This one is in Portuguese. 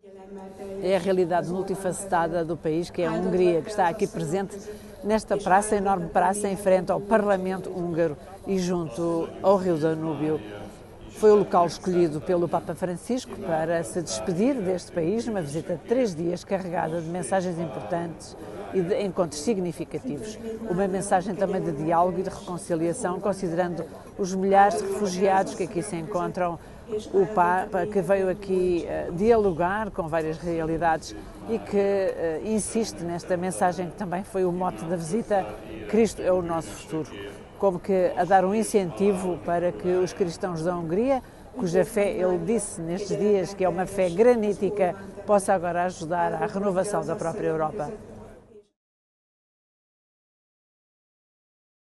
É a realidade multifacetada do país, que é a Hungria, que está aqui presente nesta praça, enorme praça, em frente ao Parlamento húngaro e junto ao Rio Danúbio. Foi o local escolhido pelo Papa Francisco para se despedir deste país, numa visita de 3 dias carregada de mensagens importantes e de encontros significativos. Uma mensagem também de diálogo e de reconciliação, considerando os milhares de refugiados que aqui se encontram, o Papa que veio aqui dialogar com várias realidades e que insiste nesta mensagem que também foi o mote da visita: Cristo é o nosso futuro. Como que a dar um incentivo para que os cristãos da Hungria, cuja fé, ele disse nestes dias que é uma fé granítica, possa agora ajudar à renovação da própria Europa.